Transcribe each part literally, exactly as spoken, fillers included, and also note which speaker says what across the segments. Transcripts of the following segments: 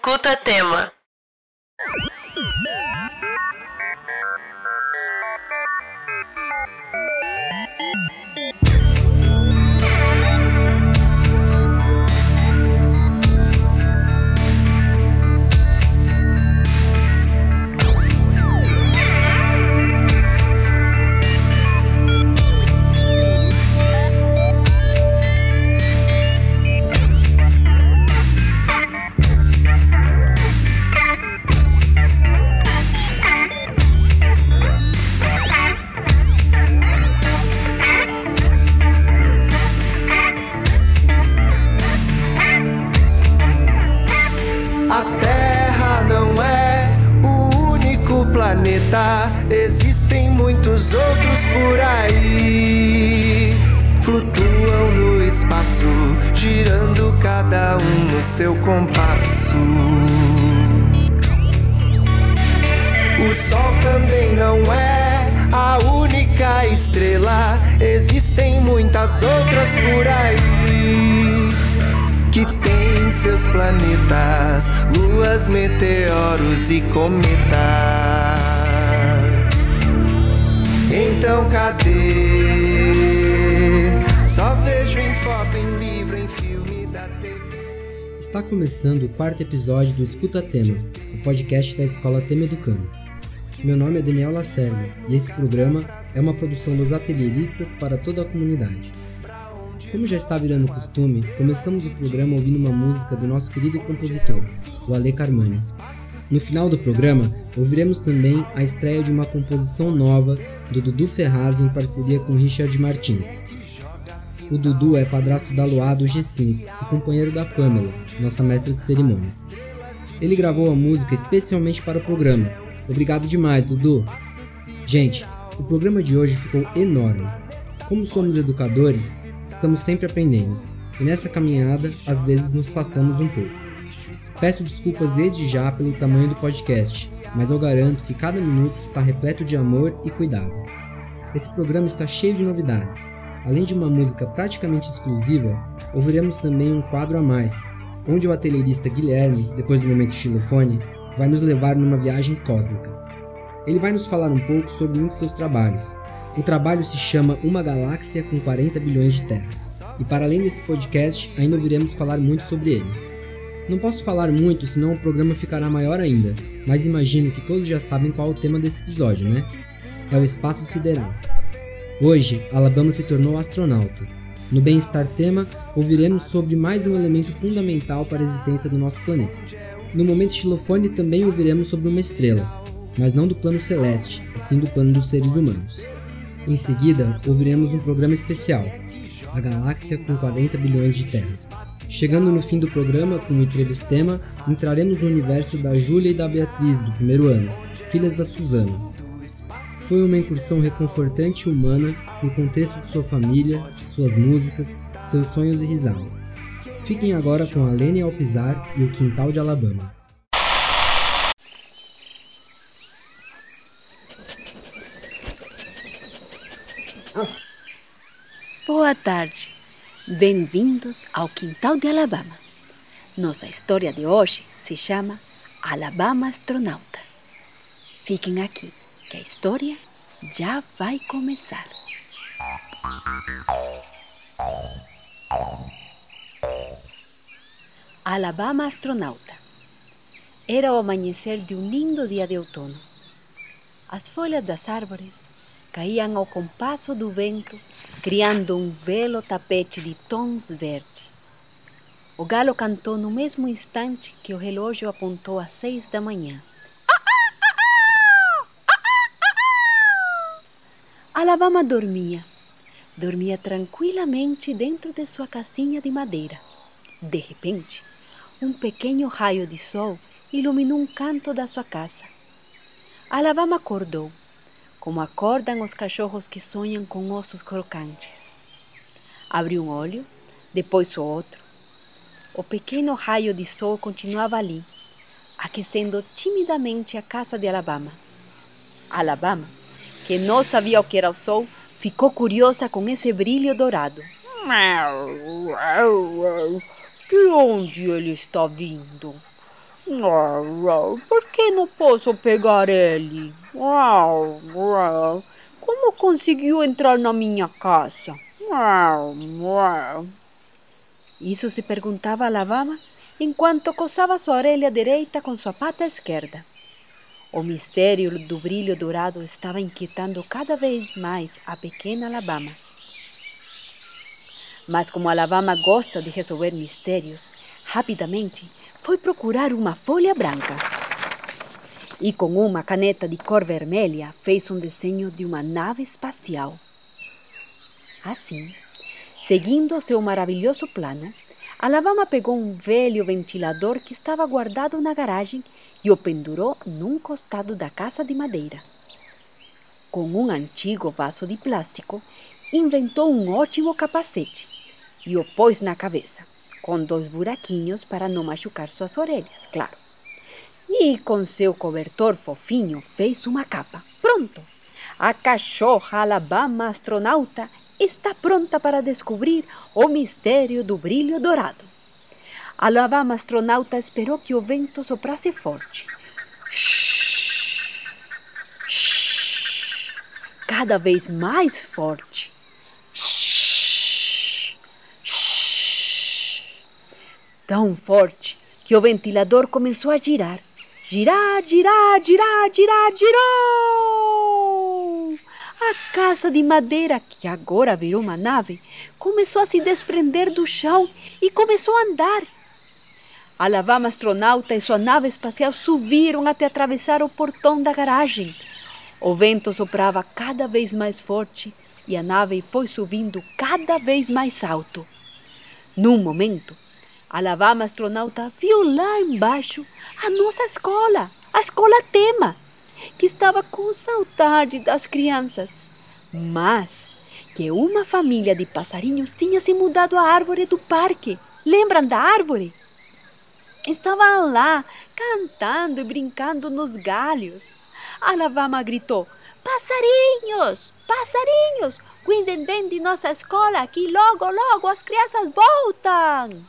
Speaker 1: Escuta tema.
Speaker 2: Existem muitos outros por aí, flutuam no espaço, girando cada um no seu compasso. O Sol também não é a única estrela, existem muitas outras por aí, que têm seus planetas, luas, meteoros e cometas. Então cadê? Só vejo em foto, em livro, em filme da T V.
Speaker 3: Está começando o quarto episódio do Escuta Tema, o podcast da Escola Tema Educando. Meu nome é Daniel Lacerda e esse programa é uma produção dos atelieristas para toda a comunidade. Como já está virando costume, começamos o programa ouvindo uma música do nosso querido compositor, o Ale Carmani. No final do programa, ouviremos também a estreia de uma composição nova do Dudu Ferraz em parceria com Richard Martins. O Dudu é padrasto da Luá do G cinco e companheiro da Pamela, nossa mestra de cerimônias. Ele gravou a música especialmente para o programa. Obrigado demais, Dudu! Gente, o programa de hoje ficou enorme. Como somos educadores, estamos sempre aprendendo, e nessa caminhada, às vezes nos passamos um pouco. Peço desculpas desde já pelo tamanho do podcast, mas eu garanto que cada minuto está repleto de amor e cuidado. Esse programa está cheio de novidades. Além de uma música praticamente exclusiva, ouviremos também um quadro a mais, onde o atelierista Guilherme, depois do momento xilofone, vai nos levar numa viagem cósmica. Ele vai nos falar um pouco sobre um de seus trabalhos. O trabalho se chama Uma Galáxia com quarenta bilhões de terras. E para além desse podcast, ainda ouviremos falar muito sobre ele. Não posso falar muito, senão o programa ficará maior ainda, mas imagino que todos já sabem qual é o tema desse episódio, né? É o espaço sideral. Hoje, Alabama se tornou astronauta. No Bem-Estar Tema, ouviremos sobre mais um elemento fundamental para a existência do nosso planeta. No Momento Xilofone também ouviremos sobre uma estrela, mas não do plano celeste, e sim do plano dos seres humanos. Em seguida, ouviremos um programa especial, a Galáxia com quarenta bilhões de terras. Chegando no fim do programa, com o Entrevistema, entraremos no universo da Júlia e da Beatriz, do primeiro ano, filhas da Suzana. Foi uma incursão reconfortante e humana no contexto de sua família, suas músicas, seus sonhos e risadas. Fiquem agora com a Lene Alpizar e o Quintal de Alabama.
Speaker 4: Boa tarde, bem-vindos ao Quintal de Alabama. Nossa história de hoje se chama Alabama Astronauta. Fiquem aqui, que a história já vai começar. Alabama Astronauta. Era o amanhecer de um lindo dia de outono. As folhas das árvores caíam ao compasso do vento, criando um belo tapete de tons verdes. O galo cantou no mesmo instante que o relógio apontou às seis da manhã. Alabama dormia. Dormia tranquilamente dentro de sua casinha de madeira. De repente, um pequeno raio de sol iluminou um canto da sua casa. Alabama acordou, como acordam os cachorros que sonham com ossos crocantes. Abriu um olho, depois o outro. O pequeno raio de sol continuava ali, aquecendo timidamente a casa de Alabama. Alabama, que não sabia o que era o sol, ficou curiosa com esse brilho dourado. De onde ele está vindo? Por que não posso pegar ele? Como conseguiu entrar na minha casa? Isso se perguntava Alabama enquanto coçava sua orelha direita com sua pata esquerda. O mistério do brilho dourado estava inquietando cada vez mais a pequena Alabama. Mas como Alabama gosta de resolver mistérios, rapidamente foi procurar uma folha branca. E com uma caneta de cor vermelha fez um desenho de uma nave espacial. Assim, seguindo seu maravilhoso plano, Alabama pegou um velho ventilador que estava guardado na garagem e o pendurou num costado da casa de madeira. Com um antigo vaso de plástico, inventou um ótimo capacete e o pôs na cabeça, com dois buraquinhos para não machucar suas orelhas, claro. E com seu cobertor fofinho fez uma capa. Pronto! A cachorra Alabama astronauta está pronta para descobrir o mistério do brilho dourado. A Alabama astronauta esperou que o vento soprasse forte. Cada vez mais forte. Tão forte que o ventilador começou a girar. Girar, girar, girar, girar, girou! A casa de madeira, que agora virou uma nave, começou a se desprender do chão e começou a andar. A Alabama astronauta e sua nave espacial subiram até atravessar o portão da garagem. O vento soprava cada vez mais forte e a nave foi subindo cada vez mais alto. Num momento, a Alabama astronauta viu lá embaixo a nossa escola, a escola Tema, que estava com saudade das crianças, mas que uma família de passarinhos tinha se mudado à árvore do parque. Lembram da árvore? Estavam lá, cantando e brincando nos galhos. A Alabama gritou: passarinhos, passarinhos, cuidem bem de nossa escola, que logo, logo as crianças voltam.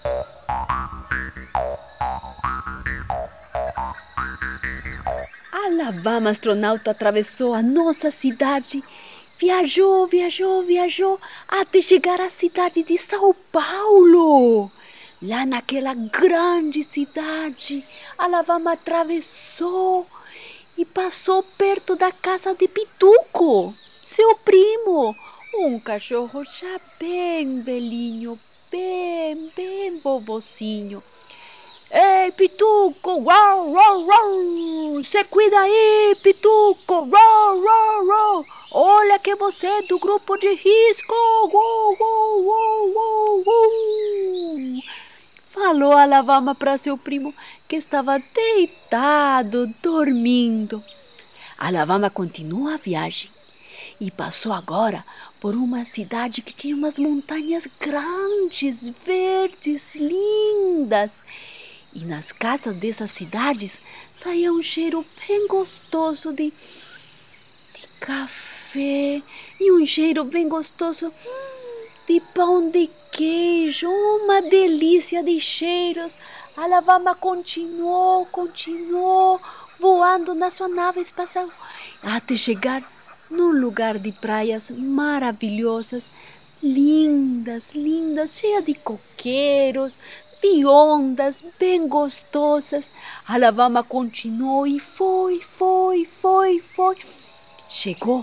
Speaker 4: A Alabama astronauta atravessou a nossa cidade, viajou, viajou, viajou, até chegar à cidade de São Paulo. Lá naquela grande cidade, a Alabama atravessou e passou perto da casa de Pituco, seu primo, um cachorro já bem velhinho, bem, bem bobocinho. Ei, Pituco, uau, uau, uau, se cuida aí, Pituco, uau, uau, uau, olha que você é do grupo de risco, uau, uau, uau, uau, uau. Falou a Alabama para seu primo, que estava deitado, dormindo. A Alabama continuou a viagem e passou agora por uma cidade que tinha umas montanhas grandes, verdes, lindas. E nas casas dessas cidades saía um cheiro bem gostoso de, de café e um cheiro bem gostoso de pão de queijo, uma delícia de cheiros. A Alabama continuou, continuou voando na sua nave espacial até chegar num lugar de praias maravilhosas, lindas, lindas, cheia de coqueiros, de ondas bem gostosas. A Alabama continuou e foi, foi, foi, foi. Chegou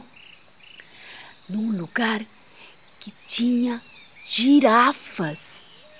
Speaker 4: num lugar que tinha girafas,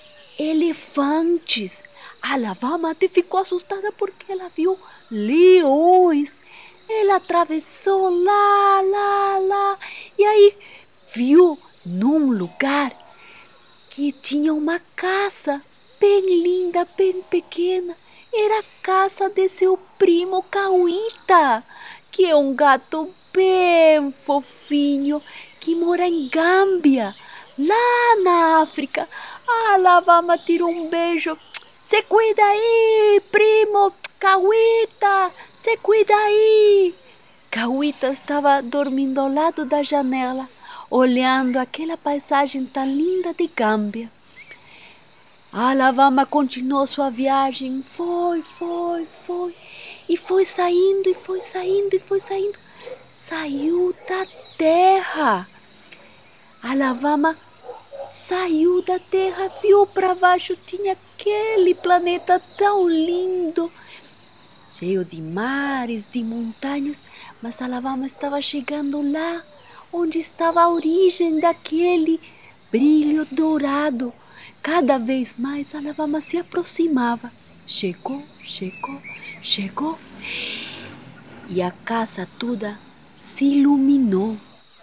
Speaker 4: elefantes. A Alabama até ficou assustada porque ela viu leões. Ela atravessou lá, lá, lá e aí viu num lugar que tinha uma casa bem linda, bem pequena. Era a casa de seu primo Cauíta, que é um gato bem fofinho que mora em Gâmbia, lá na África. A Alabama tirou um beijo. Se cuida aí, primo Cauíta, se cuida aí. Cauíta estava dormindo ao lado da janela, olhando aquela paisagem tão linda de Gâmbia. A Alabama continuou sua viagem, foi, foi, foi, e foi saindo, e foi saindo, e foi saindo. Saiu da terra. A Alabama saiu da terra, viu para baixo, tinha aquele planeta tão lindo, cheio de mares, de montanhas, mas a Alabama estava chegando lá, onde estava a origem daquele brilho dourado. Cada vez mais a Alabama se aproximava. Chegou, chegou, chegou, e a casa toda se iluminou.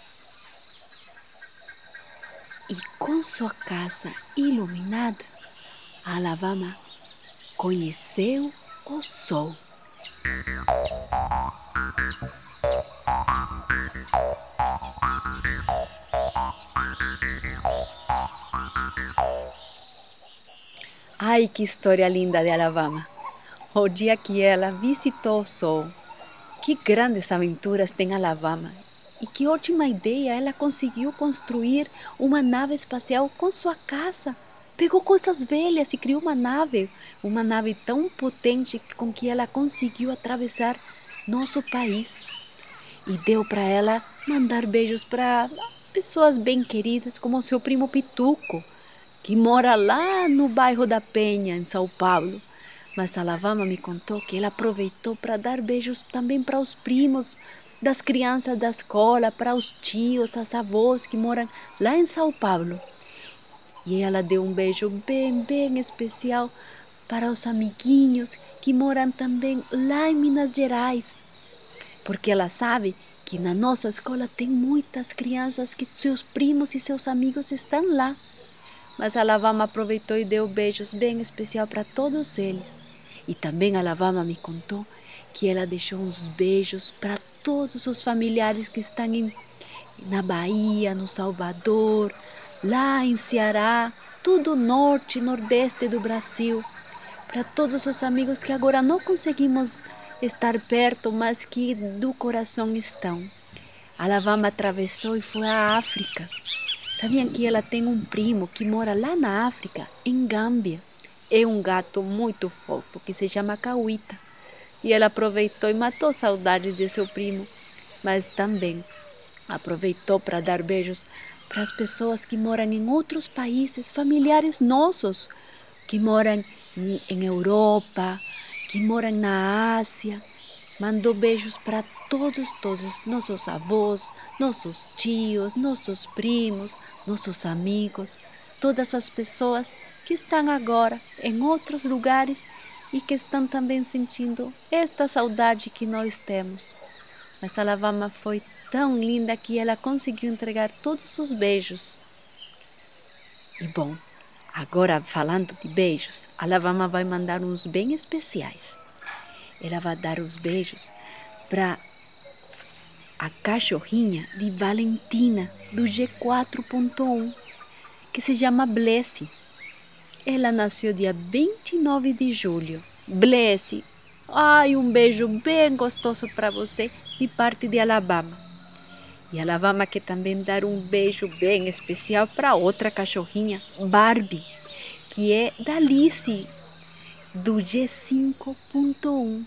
Speaker 4: E com sua casa iluminada, a Alabama conheceu o sol. Ai, que história linda de Alabama! O dia que ela visitou o sol. Que grandes aventuras tem Alabama! E que ótima ideia! Ela conseguiu construir uma nave espacial com sua casa. Pegou coisas velhas e criou uma nave. Uma nave tão potente com que ela conseguiu atravessar nosso país. E deu para ela mandar beijos para pessoas bem queridas, como o seu primo Pituco, que mora lá no bairro da Penha, em São Paulo. Mas a Alabama me contou que ela aproveitou para dar beijos também para os primos das crianças da escola, para os tios, as avós que moram lá em São Paulo. E ela deu um beijo bem, bem especial para os amiguinhos que moram também lá em Minas Gerais. Porque ela sabe que na nossa escola tem muitas crianças que seus primos e seus amigos estão lá. Mas a Alabama aproveitou e deu beijos bem especial para todos eles. E também a Alabama me contou que ela deixou uns beijos para todos os familiares que estão em, na Bahia, no Salvador, lá em Ceará, tudo norte e nordeste do Brasil. Para todos os amigos que agora não conseguimos estar perto, mas que do coração estão. A Alabama atravessou e foi à África. Sabiam que ela tem um primo que mora lá na África, em Gâmbia? É um gato muito fofo que se chama Cauita. E ela aproveitou e matou saudades de seu primo. Mas também aproveitou para dar beijos para as pessoas que moram em outros países, familiares nossos, que moram em Europa, que moram na Ásia. Mandou beijos para todos, todos, nossos avós, nossos tios, nossos primos, nossos amigos, todas as pessoas que estão agora em outros lugares e que estão também sentindo esta saudade que nós temos. Mas a Alabama foi tão linda que ela conseguiu entregar todos os beijos. E bom, agora falando de beijos, a Alabama vai mandar uns bem especiais. Ela vai dar os beijos para a cachorrinha de Valentina, do G quatro ponto um, que se chama Blessie. Ela nasceu dia vinte e nove de julho. Blessie, ai, um beijo bem gostoso para você, de parte de Alabama. E Alabama quer também dar um beijo bem especial para outra cachorrinha, Barbie, que é da Alice, do G cinco ponto um.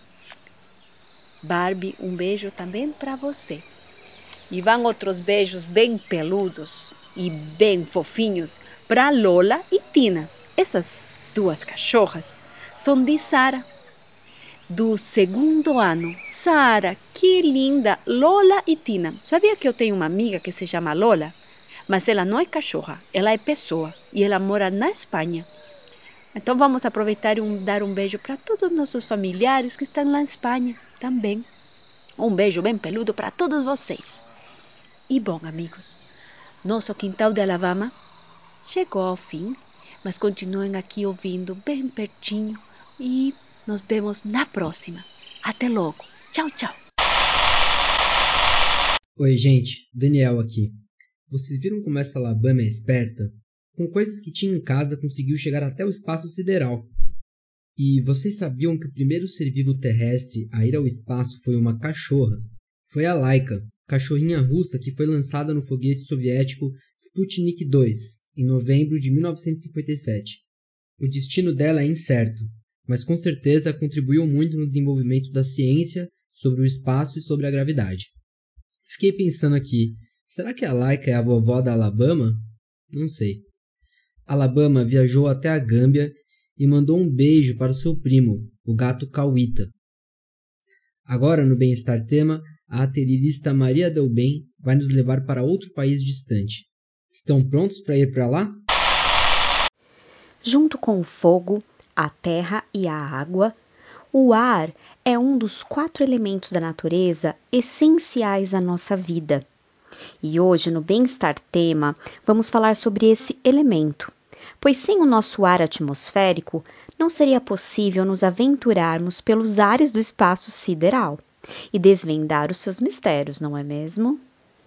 Speaker 4: Barbie, um beijo também para você. E vão outros beijos bem peludos e bem fofinhos para Lola e Tina. Essas duas cachorras são de Sara, do segundo ano. Sara, que linda! Lola e Tina. Sabia que eu tenho uma amiga que se chama Lola? Mas ela não é cachorra, ela é pessoa e ela mora na Espanha. Então vamos aproveitar e um, dar um beijo para todos os nossos familiares que estão lá na Espanha também. Um beijo bem peludo para todos vocês. E bom, amigos, nosso quintal de Alabama chegou ao fim, mas continuem aqui ouvindo bem pertinho e nos vemos na próxima. Até logo. Tchau, tchau.
Speaker 3: Oi, gente, Daniel aqui. Vocês viram como essa Alabama é esperta? Com coisas que tinha em casa, conseguiu chegar até o espaço sideral. E vocês sabiam que o primeiro ser vivo terrestre a ir ao espaço foi uma cachorra? Foi a Laika, cachorrinha russa que foi lançada no foguete soviético Sputnik dois, em novembro de mil novecentos e cinquenta e sete. O destino dela é incerto, mas com certeza contribuiu muito no desenvolvimento da ciência sobre o espaço e sobre a gravidade. Fiquei pensando aqui, será que a Laika é a vovó da Alabama? Não sei. Alabama viajou até a Gâmbia e mandou um beijo para o seu primo, o gato Cauita. Agora, no Bem-Estar Tema, a atelierista Maria Del Bem vai nos levar para outro país distante. Estão prontos para ir para lá?
Speaker 1: Junto com o fogo, a terra e a água, o ar é um dos quatro elementos da natureza essenciais à nossa vida. E hoje, no Bem-Estar Tema, vamos falar sobre esse elemento, pois sem o nosso ar atmosférico, não seria possível nos aventurarmos pelos ares do espaço sideral e desvendar os seus mistérios, não é mesmo?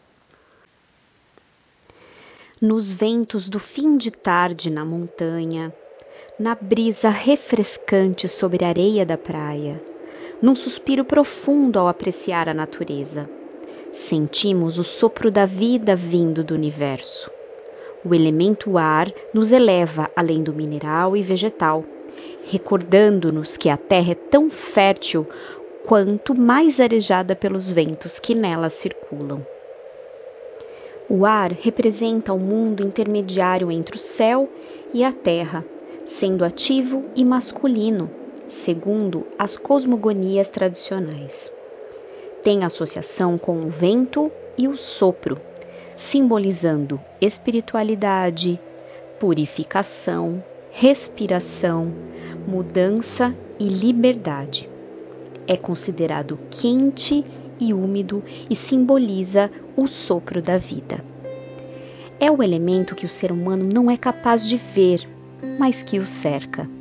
Speaker 1: Nos ventos do fim de tarde na montanha, na brisa refrescante sobre a areia da praia, num suspiro profundo ao apreciar a natureza, sentimos o sopro da vida vindo do universo. O elemento ar nos eleva além do mineral e vegetal, recordando-nos que a terra é tão fértil quanto mais arejada pelos ventos que nela circulam. O ar representa o mundo intermediário entre o céu e a terra, sendo ativo e masculino, segundo as cosmogonias tradicionais. Tem associação com o vento e o sopro, simbolizando espiritualidade, purificação, respiração, mudança e liberdade. É considerado quente e úmido e simboliza o sopro da vida. É o elemento que o ser humano não é capaz de ver, mas que o cerca.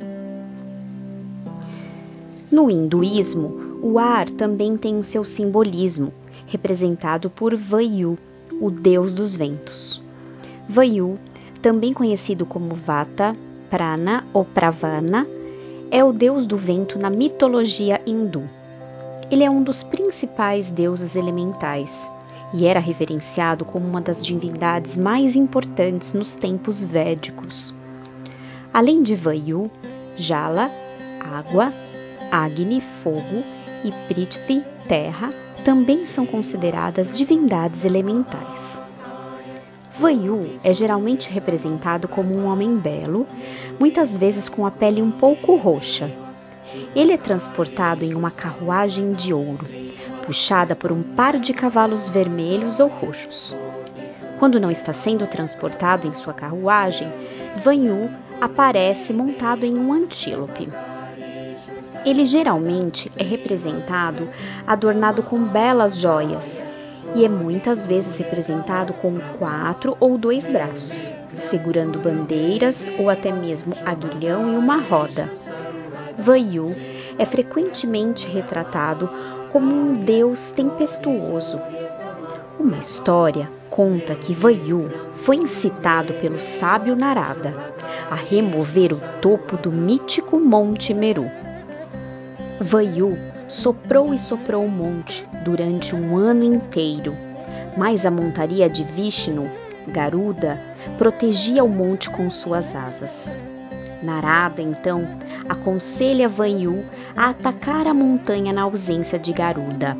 Speaker 1: No hinduísmo, o ar também tem o seu simbolismo, representado por Vayu, o deus dos ventos. Vayu, também conhecido como Vata, Prana ou Pravana, é o deus do vento na mitologia hindu. Ele é um dos principais deuses elementais e era reverenciado como uma das divindades mais importantes nos tempos védicos. Além de Vayu, Jala, água, Agni, fogo e Prithvi, terra, também são consideradas divindades elementais. Vayu é geralmente representado como um homem belo, muitas vezes com a pele um pouco roxa. Ele é transportado em uma carruagem de ouro, puxada por um par de cavalos vermelhos ou roxos. Quando não está sendo transportado em sua carruagem, Vayu aparece montado em um antílope. Ele geralmente é representado adornado com belas joias e é muitas vezes representado com quatro ou dois braços, segurando bandeiras ou até mesmo aguilhão e uma roda. Vayu é frequentemente retratado como um deus tempestuoso. Uma história conta que Vayu foi incitado pelo sábio Narada a remover o topo do mítico Monte Meru. Vayu soprou e soprou o monte durante um ano inteiro, mas a montaria de Vishnu, Garuda, protegia o monte com suas asas. Narada, então, aconselha Vayu a atacar a montanha na ausência de Garuda.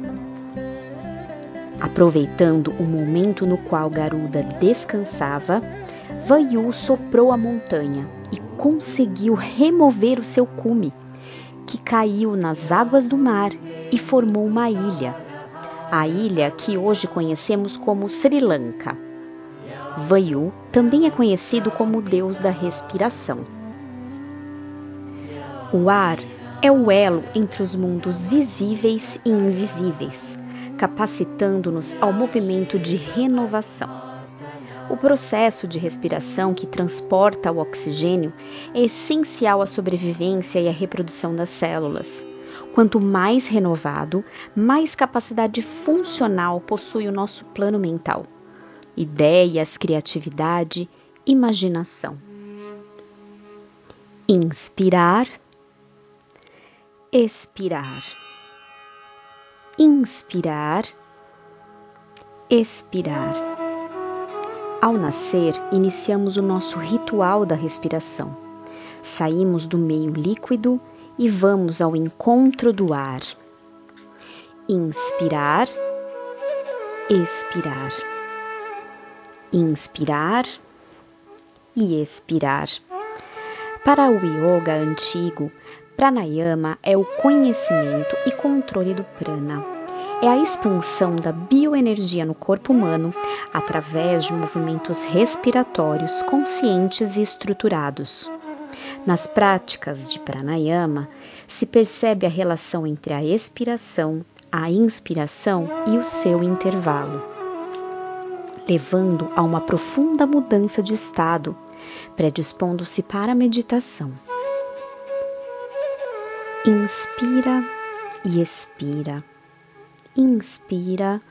Speaker 1: Aproveitando o momento no qual Garuda descansava, Vayu soprou a montanha e conseguiu remover o seu cume, que caiu nas águas do mar e formou uma ilha, a ilha que hoje conhecemos como Sri Lanka. Vayu também é conhecido como o deus da respiração. O ar é o elo entre os mundos visíveis e invisíveis, capacitando-nos ao movimento de renovação. O processo de respiração que transporta o oxigênio é essencial à sobrevivência e à reprodução das células. Quanto mais renovado, mais capacidade funcional possui o nosso plano mental. Ideias, criatividade, imaginação. Inspirar, expirar. Inspirar, expirar. Ao nascer, iniciamos o nosso ritual da respiração, Saímos do meio líquido e vamos ao encontro do ar. Inspirar, expirar. Inspirar e expirar. Para o yoga antigo, pranayama é o conhecimento e controle do prana. É a expansão da bioenergia no corpo humano através de movimentos respiratórios conscientes e estruturados. Nas práticas de pranayama, se percebe a relação entre a expiração, a inspiração e o seu intervalo, levando a uma profunda mudança de estado, predispondo-se para a meditação. Inspira e expira. Inspira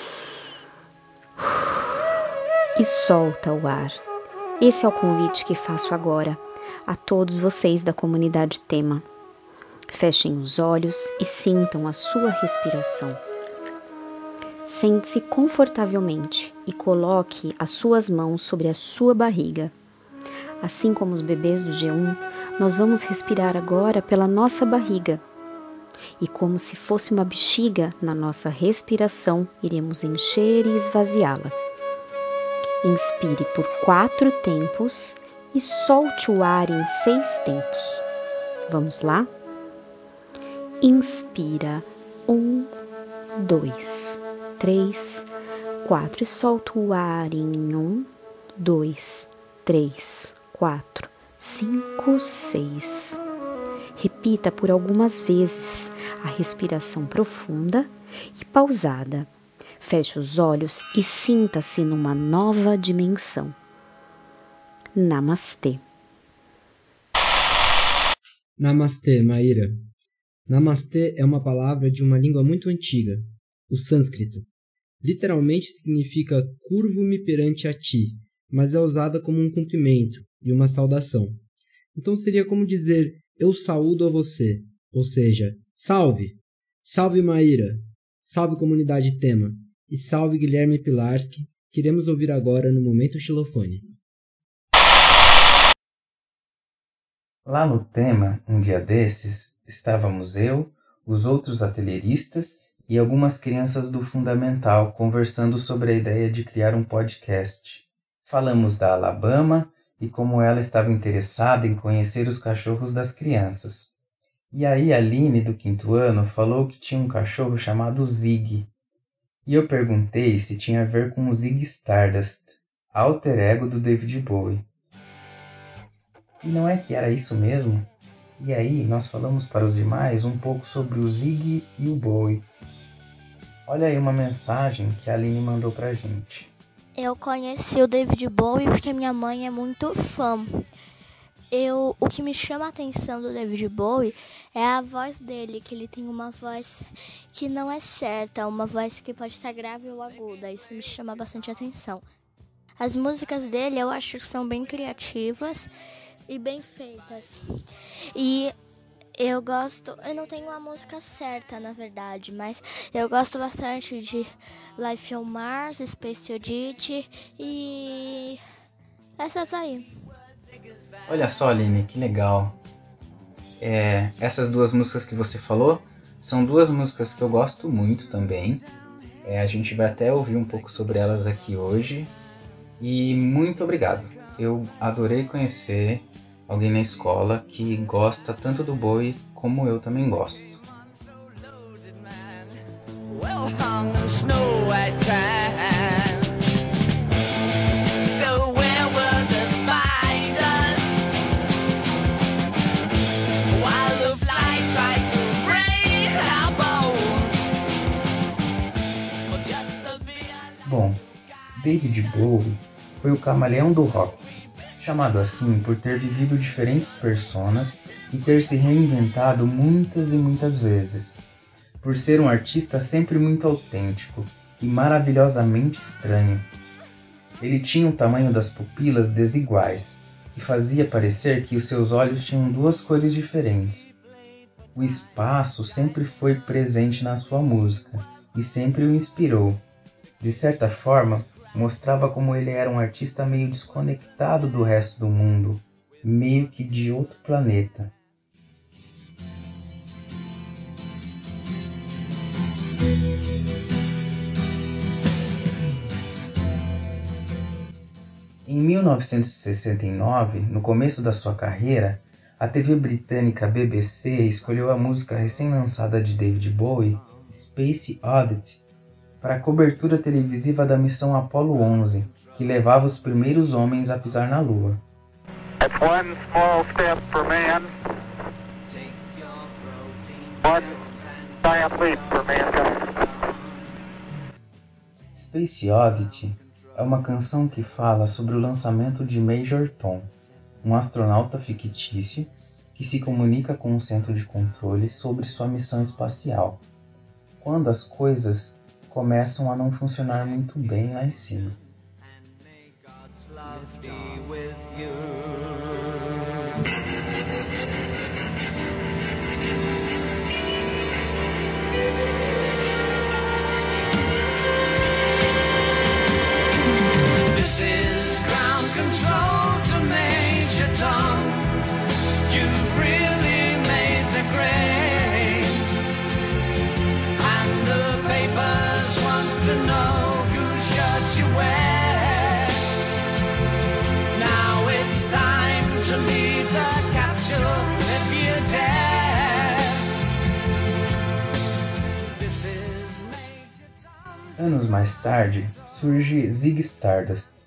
Speaker 1: e solta o ar. Esse é o convite que faço agora a todos vocês da comunidade Tema. Fechem os olhos e sintam a sua respiração. Sente-se confortavelmente e coloque as suas mãos sobre a sua barriga. Assim como os bebês do G um, nós vamos respirar agora pela nossa barriga. E como se fosse uma bexiga, na nossa respiração, iremos encher e esvaziá-la. Inspire por quatro tempos e solte o ar em seis tempos. Vamos lá? Inspira. Um, dois, três, quatro. E solta o ar em um, dois, três, quatro, cinco, seis. Repita por algumas vezes a respiração profunda e pausada. Feche os olhos e sinta-se numa nova dimensão. Namastê.
Speaker 3: Namastê, Maíra. Namastê é uma palavra de uma língua muito antiga, o sânscrito. Literalmente significa curvo-me perante a ti, mas é usada como um cumprimento e uma saudação. Então seria como dizer, eu saúdo a você, ou seja, salve! Salve Maíra! Salve comunidade Tema! E salve Guilherme Pilarski, que iremos ouvir agora no Momento Xilofone.
Speaker 5: Lá no Tema, um dia desses, estávamos eu, os outros atelieristas e algumas crianças do Fundamental conversando sobre a ideia de criar um podcast. Falamos da Alabama e como ela estava interessada em conhecer os cachorros das crianças. E aí a Aline, do quinto ano, falou que tinha um cachorro chamado Zig. E eu perguntei se tinha a ver com o Zig Stardust, alter ego do David Bowie. E não é que era isso mesmo? E aí nós falamos para os demais um pouco sobre o Zig e o Bowie. Olha aí uma mensagem que a Aline mandou pra gente.
Speaker 6: Eu conheci o David Bowie porque minha mãe é muito fã. Eu, o que me chama a atenção do David Bowie é a voz dele, que ele tem uma voz que não é certa, uma voz que pode estar grave ou aguda. Isso me chama bastante atenção. As músicas dele eu acho que são bem criativas e bem feitas. E eu gosto, eu não tenho uma música certa na verdade, mas eu gosto bastante de Life on Mars, Space Oddity e essas aí.
Speaker 5: Olha só, Aline, que legal. É, essas duas músicas que você falou são duas músicas que eu gosto muito também. É, a gente vai até ouvir um pouco sobre elas aqui hoje. E muito obrigado. Eu adorei conhecer alguém na escola que gosta tanto do Bowie como eu também gosto. Bom, David Bowie foi o camaleão do rock, chamado assim por ter vivido diferentes personas e ter se reinventado muitas e muitas vezes, por ser um artista sempre muito autêntico e maravilhosamente estranho. Ele tinha o tamanho das pupilas desiguais, que fazia parecer que os seus olhos tinham duas cores diferentes. O espaço sempre foi presente na sua música e sempre o inspirou. De certa forma, mostrava como ele era um artista meio desconectado do resto do mundo, meio que de outro planeta. Em mil novecentos e sessenta e nove, no começo da sua carreira, a T V britânica B B C escolheu a música recém-lançada de David Bowie, Space Oddity, para a cobertura televisiva da missão Apollo onze, que levava os primeiros homens a pisar na Lua.
Speaker 7: It's one small step for man, one giant leap for mankind.
Speaker 5: Space Oddity é uma canção que fala sobre o lançamento de Major Tom, um astronauta fictício que se comunica com o centro de controle sobre sua missão espacial, quando as coisas começam a não funcionar muito bem lá em cima. Anos mais tarde, surge Ziggy Stardust,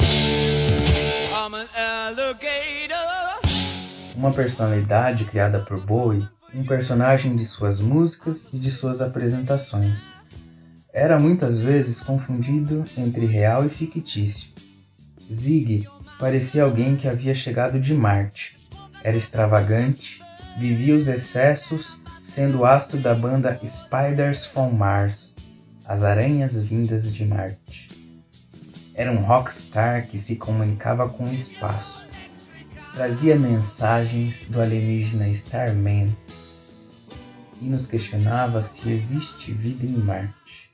Speaker 5: uma personalidade criada por Bowie, um personagem de suas músicas e de suas apresentações. Era muitas vezes confundido entre real e fictício. Ziggy parecia alguém que havia chegado de Marte. Era extravagante, vivia os excessos, sendo o astro da banda Spiders from Mars, as aranhas vindas de Marte. Era um rockstar que se comunicava com o espaço. Trazia mensagens do alienígena Starman e nos questionava se existe vida em Marte.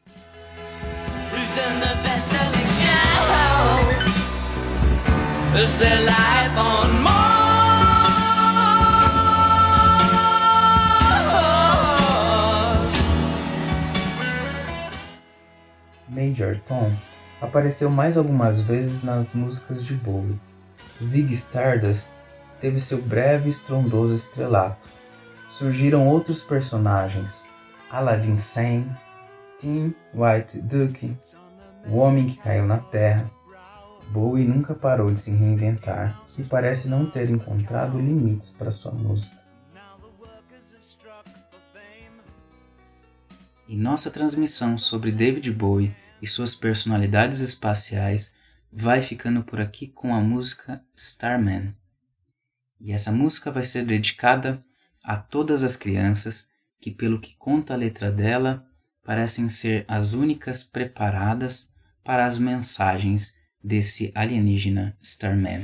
Speaker 5: Major Tom apareceu mais algumas vezes nas músicas de Bowie. Ziggy Stardust teve seu breve e estrondoso estrelato. Surgiram outros personagens: Aladdin Sane, Tim White Duke, o homem que caiu na Terra. Bowie nunca parou de se reinventar e parece não ter encontrado limites para sua música. E nossa transmissão sobre David Bowie e suas personalidades espaciais vai ficando por aqui com a música Starman. E essa música vai ser dedicada a todas as crianças que, pelo que conta a letra dela, parecem ser as únicas preparadas para as mensagens desse alienígena Starman.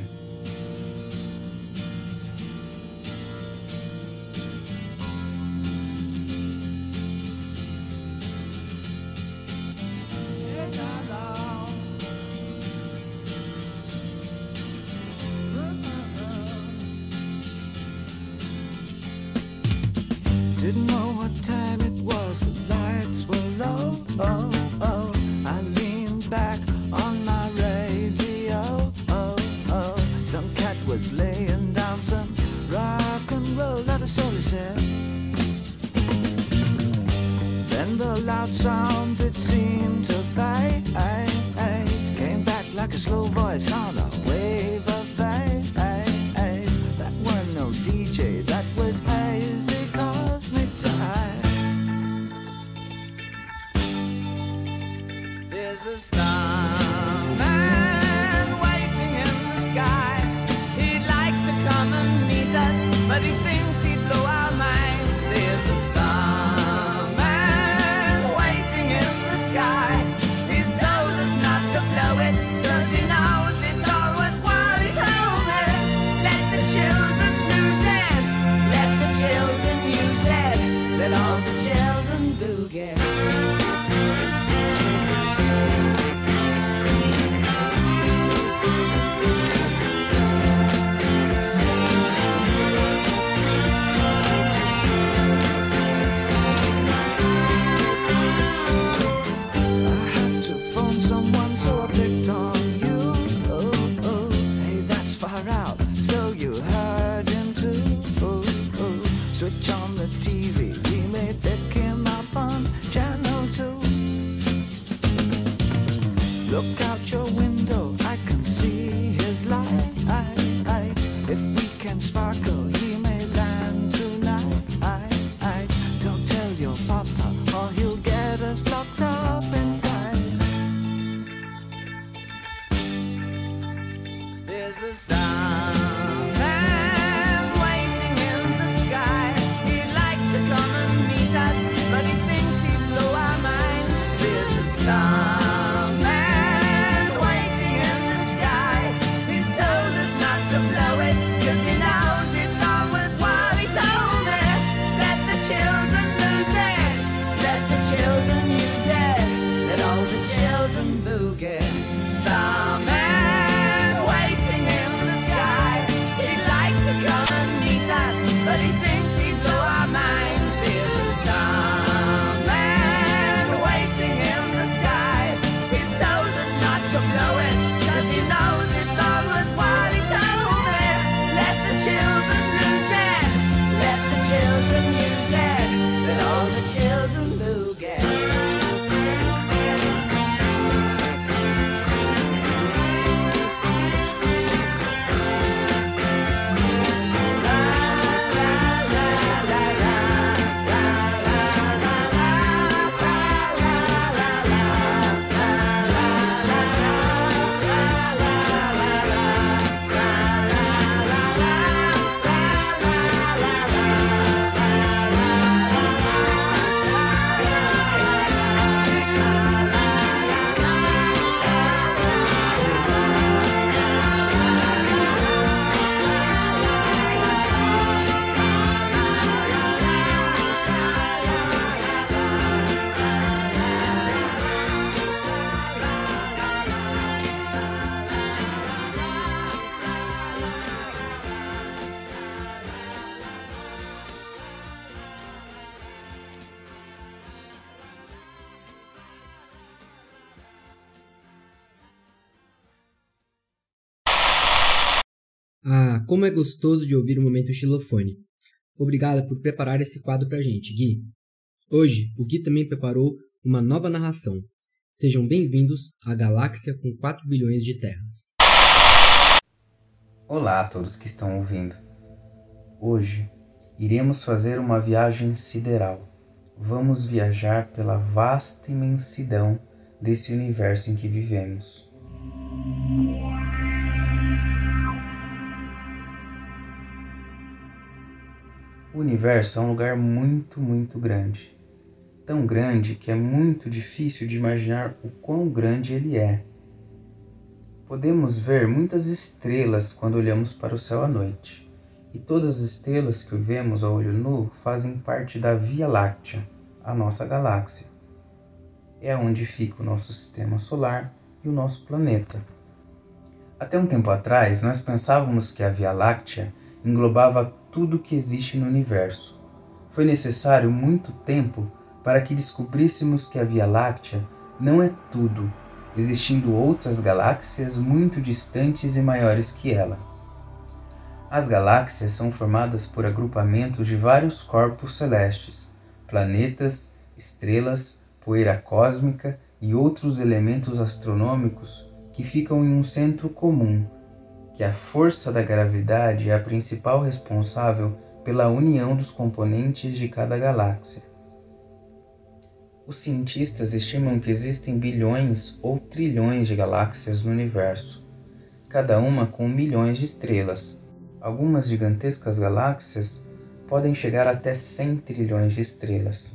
Speaker 2: Didn't know what time it was, the lights were low. Oh, oh, I leaned back on my radio. Oh, oh, the window, I can see his light. If we can sparkle, he may land tonight. Don't tell your papa, or he'll get us locked up and tight. There's a starman waiting in the sky. He'd like to come and meet us, but he thinks he'd blow our minds. There's a starman waiting in the sky. He's told us not to blow it, 'cause he knows it's all worthwhile. He told me, let the children lose it, let the children use it, let all the children boogie. Starman waiting in the sky. He'd like to come and meet us, but he thinks he'd blow our minds. There's a starman waiting in the sky. He's told us not to blow it, 'cause he knows it's all worthwhile. He told me, let the children lose it, let the children use it, let all the children boogie.
Speaker 3: Ah, como é gostoso de ouvir o Momento Xilofone. Obrigado por preparar esse quadro pra gente, Gui. Hoje, o Gui também preparou uma nova narração. Sejam bem-vindos à galáxia com quatro bilhões de terras.
Speaker 5: Olá a todos que estão ouvindo. Hoje, iremos fazer uma viagem sideral. Vamos viajar pela vasta imensidão desse universo em que vivemos. O universo é um lugar muito, muito grande. Tão grande que é muito difícil de imaginar o quão grande ele é. Podemos ver muitas estrelas quando olhamos para o céu à noite. E todas as estrelas que vemos a olho nu fazem parte da Via Láctea, a nossa galáxia. É onde fica o nosso sistema solar e o nosso planeta. Até um tempo atrás, nós pensávamos que a Via Láctea englobava tudo que existe no universo. Foi necessário muito tempo para que descobríssemos que a Via Láctea não é tudo, existindo outras galáxias muito distantes e maiores que ela. As galáxias são formadas por agrupamentos de vários corpos celestes, planetas, estrelas, poeira cósmica e outros elementos astronômicos que ficam em um centro comum, que a força da gravidade é a principal responsável pela união dos componentes de cada galáxia. Os cientistas estimam que existem bilhões ou trilhões de galáxias no universo, cada uma com milhões de estrelas. Algumas gigantescas galáxias podem chegar até cem trilhões de estrelas.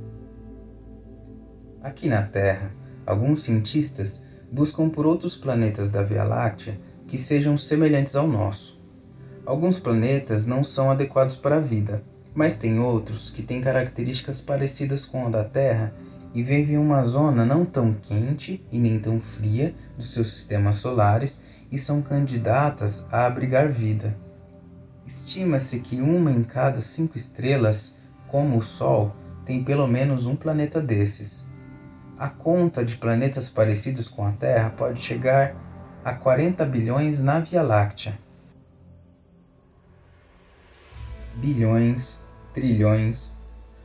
Speaker 5: Aqui na Terra, alguns cientistas buscam por outros planetas da Via Láctea que sejam semelhantes ao nosso. Alguns planetas não são adequados para a vida, mas tem outros que têm características parecidas com a da Terra e vivem em uma zona não tão quente e nem tão fria dos seus sistemas solares e são candidatas a abrigar vida. Estima-se que uma em cada cinco estrelas, como o Sol, tem pelo menos um planeta desses. A conta de planetas parecidos com a Terra pode chegar a quarenta bilhões na Via Láctea. Bilhões, trilhões.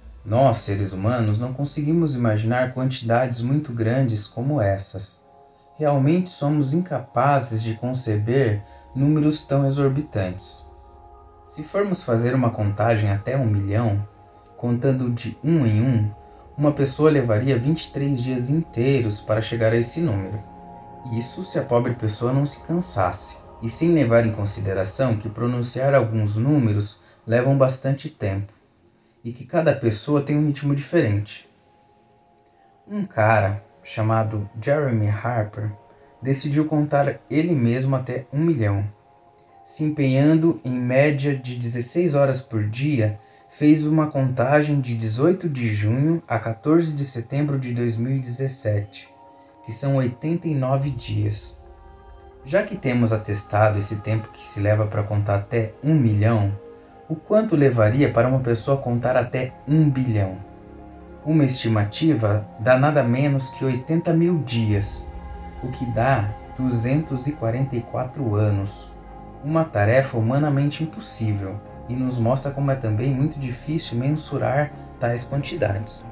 Speaker 5: Nós, seres humanos, não conseguimos imaginar quantidades muito grandes como essas. realmente somos incapazes de conceber números tão exorbitantes. Se formos fazer uma contagem até um milhão, contando de um em um, uma pessoa levaria vinte e três dias inteiros para chegar a esse número. Isso se a pobre pessoa não se cansasse, e sem levar em consideração que pronunciar alguns números levam bastante tempo, e que cada pessoa tem um ritmo diferente. Um cara, chamado Jeremy Harper, decidiu contar ele mesmo até um milhão. Se empenhando em média de dezesseis horas por dia, fez uma contagem de dezoito de junho a quatorze de setembro de dois mil e dezessete, que são oitenta e nove dias. Já que temos atestado esse tempo que se leva para contar até um milhão, o quanto levaria para uma pessoa contar até um bilhão? Uma estimativa dá nada menos que oitenta mil dias, o que dá duzentos e quarenta e quatro anos. Uma tarefa humanamente impossível, e nos mostra como é também muito difícil mensurar tais quantidades.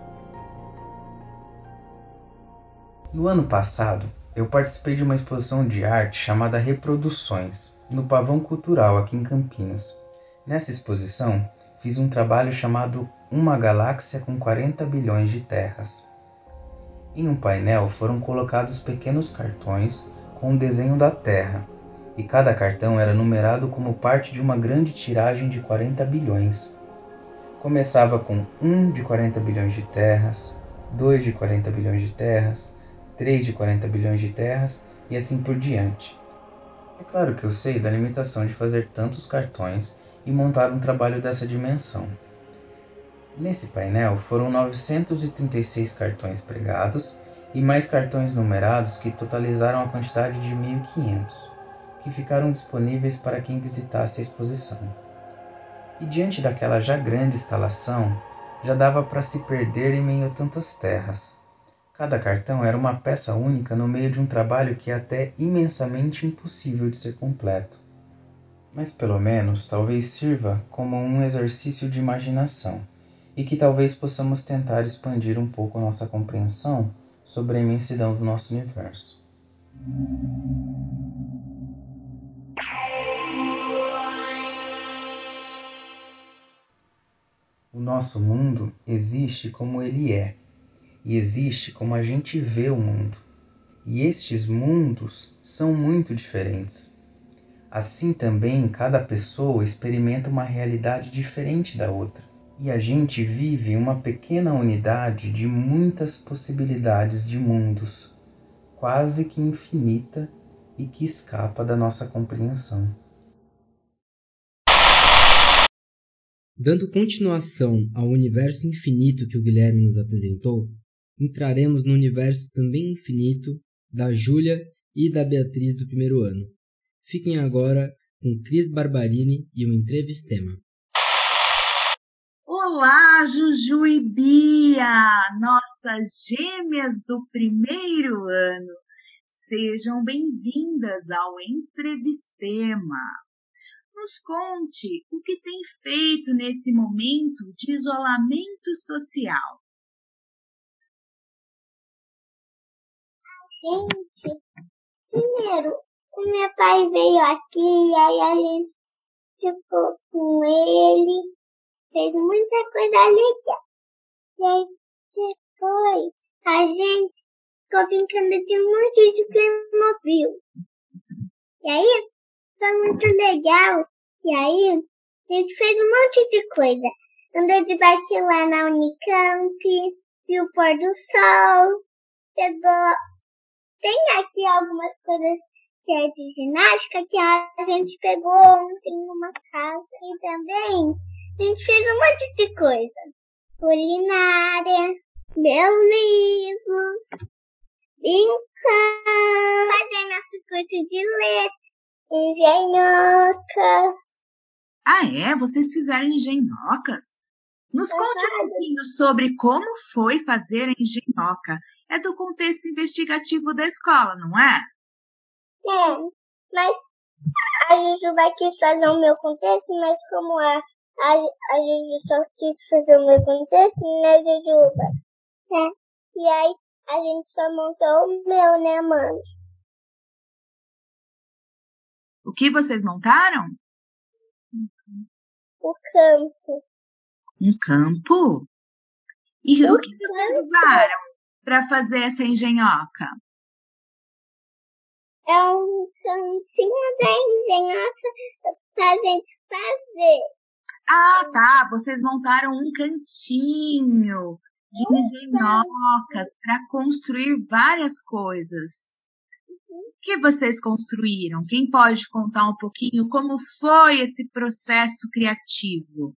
Speaker 5: No ano passado, eu participei de uma exposição de arte chamada Reproduções, no Pavão Cultural aqui em Campinas. Nessa exposição, fiz um trabalho chamado Uma Galáxia com quarenta bilhões de terras. Em um painel foram colocados pequenos cartões com o desenho da Terra, e cada cartão era numerado como parte de uma grande tiragem de quarenta bilhões. Começava com um de quarenta bilhões de terras, dois de quarenta bilhões de terras, três de quarenta bilhões de terras e assim por diante. É claro que eu sei da limitação de fazer tantos cartões e montar um trabalho dessa dimensão. Nesse painel foram novecentos e trinta e seis cartões pregados e mais cartões numerados que totalizaram a quantidade de mil e quinhentos, que ficaram disponíveis para quem visitasse a exposição. E diante daquela já grande instalação, já dava para se perder em meio a tantas terras. Cada cartão era uma peça única no meio de um trabalho que é até imensamente impossível de ser completo. Mas pelo menos talvez sirva como um exercício de imaginação, e que talvez possamos tentar expandir um pouco nossa compreensão sobre a imensidão do nosso universo. O nosso mundo existe como ele é, e existe como a gente vê o mundo. E estes mundos são muito diferentes. Assim também, cada pessoa experimenta uma realidade diferente da outra. E a gente vive uma pequena unidade de muitas possibilidades de mundos, quase que infinita e que escapa da nossa compreensão.
Speaker 3: Dando continuação ao universo infinito que o Guilherme nos apresentou, entraremos no universo também infinito da Júlia e da Beatriz do primeiro ano. Fiquem agora com Cris Barbarini e o Entrevistema.
Speaker 8: Olá, Juju e Bia, nossas gêmeas do primeiro ano. Sejam bem-vindas ao Entrevistema. Nos conte o que tem feito nesse momento de isolamento social.
Speaker 9: Gente, primeiro, o meu pai veio aqui e aí a gente ficou com ele, fez muita coisa legal. E aí depois a gente ficou brincando de um monte de Playmobil. E aí foi muito legal. E aí a gente fez um monte de coisa. Andou de bike lá na Unicamp, viu o pôr do sol, pegou... Tem aqui algumas coisas que é de ginástica que a gente pegou ontem numa casa. E também a gente fez um monte de coisa. Culinária, meu livro, brincando, fazer nosso curso de letra, engenhoca.
Speaker 8: Ah, é? Vocês fizeram engenhocas? Nos conte um pouquinho sobre como foi fazer a engenhoca. É do contexto investigativo da escola, não é?
Speaker 9: É, mas a Juju vai quis fazer o meu contexto, mas como a, a, a Juju só quis fazer o meu contexto, né, Jujuba? É. E aí a gente só montou o meu, né, mãe?
Speaker 8: O que vocês montaram?
Speaker 9: O campo.
Speaker 8: Um campo? E
Speaker 9: O
Speaker 8: o que vocês usaram para fazer essa engenhoca?
Speaker 9: É um cantinho da engenhoca pra gente fazer.
Speaker 8: Ah, tá. Vocês montaram um cantinho de engenhocas para construir várias coisas. O que vocês construíram? Quem pode contar um pouquinho como foi esse processo criativo?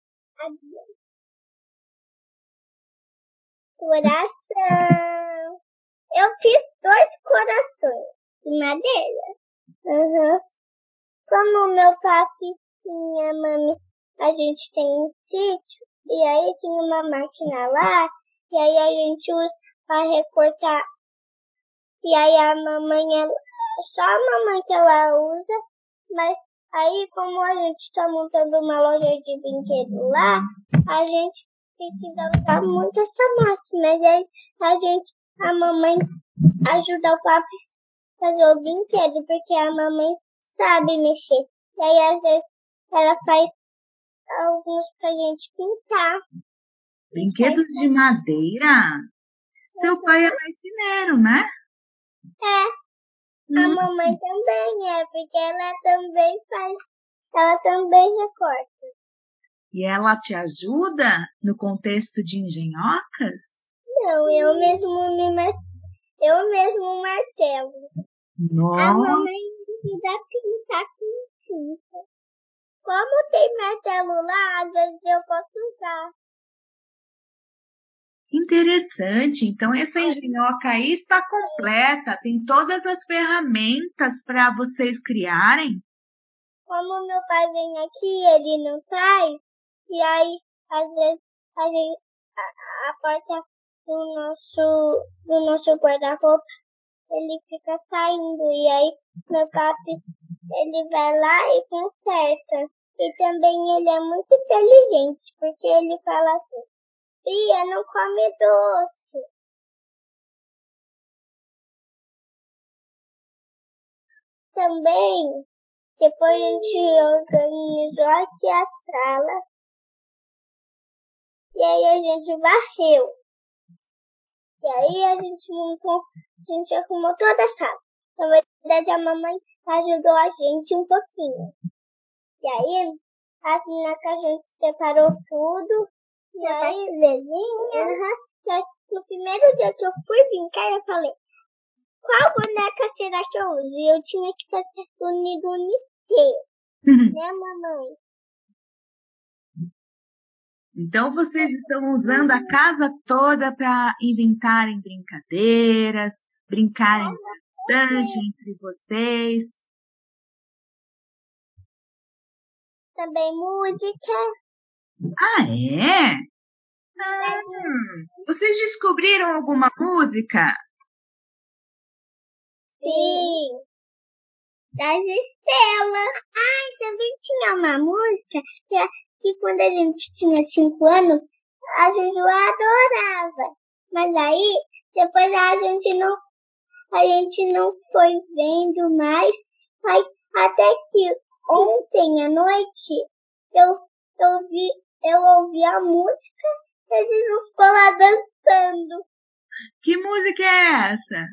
Speaker 9: Coração. Eu fiz dois corações de madeira. Uhum. Como o meu papi e minha mãe, a gente tem um sítio, e aí tem uma máquina lá, e aí a gente usa para recortar. E aí a mamãe, ela, só a mamãe que ela usa, mas aí como a gente está montando uma loja de brinquedo lá, a gente precisa usar muito essa máquina. E aí a gente, a mamãe ajuda o papi a fazer o brinquedo, porque a mamãe sabe mexer. E aí às vezes ela faz alguns pra gente pintar.
Speaker 8: Brinquedos de madeira? Seu pai é marceneiro, né?
Speaker 9: É, a
Speaker 8: Hum.
Speaker 9: mamãe também é, porque ela também faz, ela também recorta.
Speaker 8: E ela te ajuda no contexto de engenhocas?
Speaker 9: Não, eu mesmo me mar... eu mesmo martelo. A
Speaker 8: Nossa,
Speaker 9: mamãe me ajuda a pintar com tinta. Como tem martelo lá, às vezes eu posso usar.
Speaker 8: que interessante. Então essa engenhoca aí está completa, tem todas as ferramentas para vocês criarem.
Speaker 9: Como meu pai vem aqui, ele não traz, e aí, às vezes, a, gente, a, a porta do nosso, do nosso guarda-roupa, ele fica saindo, e aí meu papi, ele vai lá e conserta. E também ele é muito inteligente, porque ele fala assim, Bia, não come doce. Também, depois a gente organizou aqui a sala, e aí a gente varreu. E aí a gente montou, a gente arrumou toda a sala. Na verdade, a mamãe ajudou a gente um pouquinho. E aí, a menina que a gente separou tudo. E aí, vizinha. Uhum, no primeiro dia que eu fui brincar, eu falei, qual boneca será que eu uso? E eu tinha que fazer unido inteiro. Né, mamãe?
Speaker 8: Então vocês estão usando a casa toda para inventarem brincadeiras, brincarem bastante entre vocês.
Speaker 9: Também música.
Speaker 8: Ah, é? Ah, vocês descobriram alguma música?
Speaker 9: Sim. Das estrelas. Ai, também tinha uma música que, que quando a gente tinha cinco anos, a Juju adorava. Mas aí, depois a gente não, a gente não foi vendo mais. Aí, até que ontem à noite, eu, eu, vi, eu ouvi a música e a Juju ficou lá dançando.
Speaker 8: Que música é essa?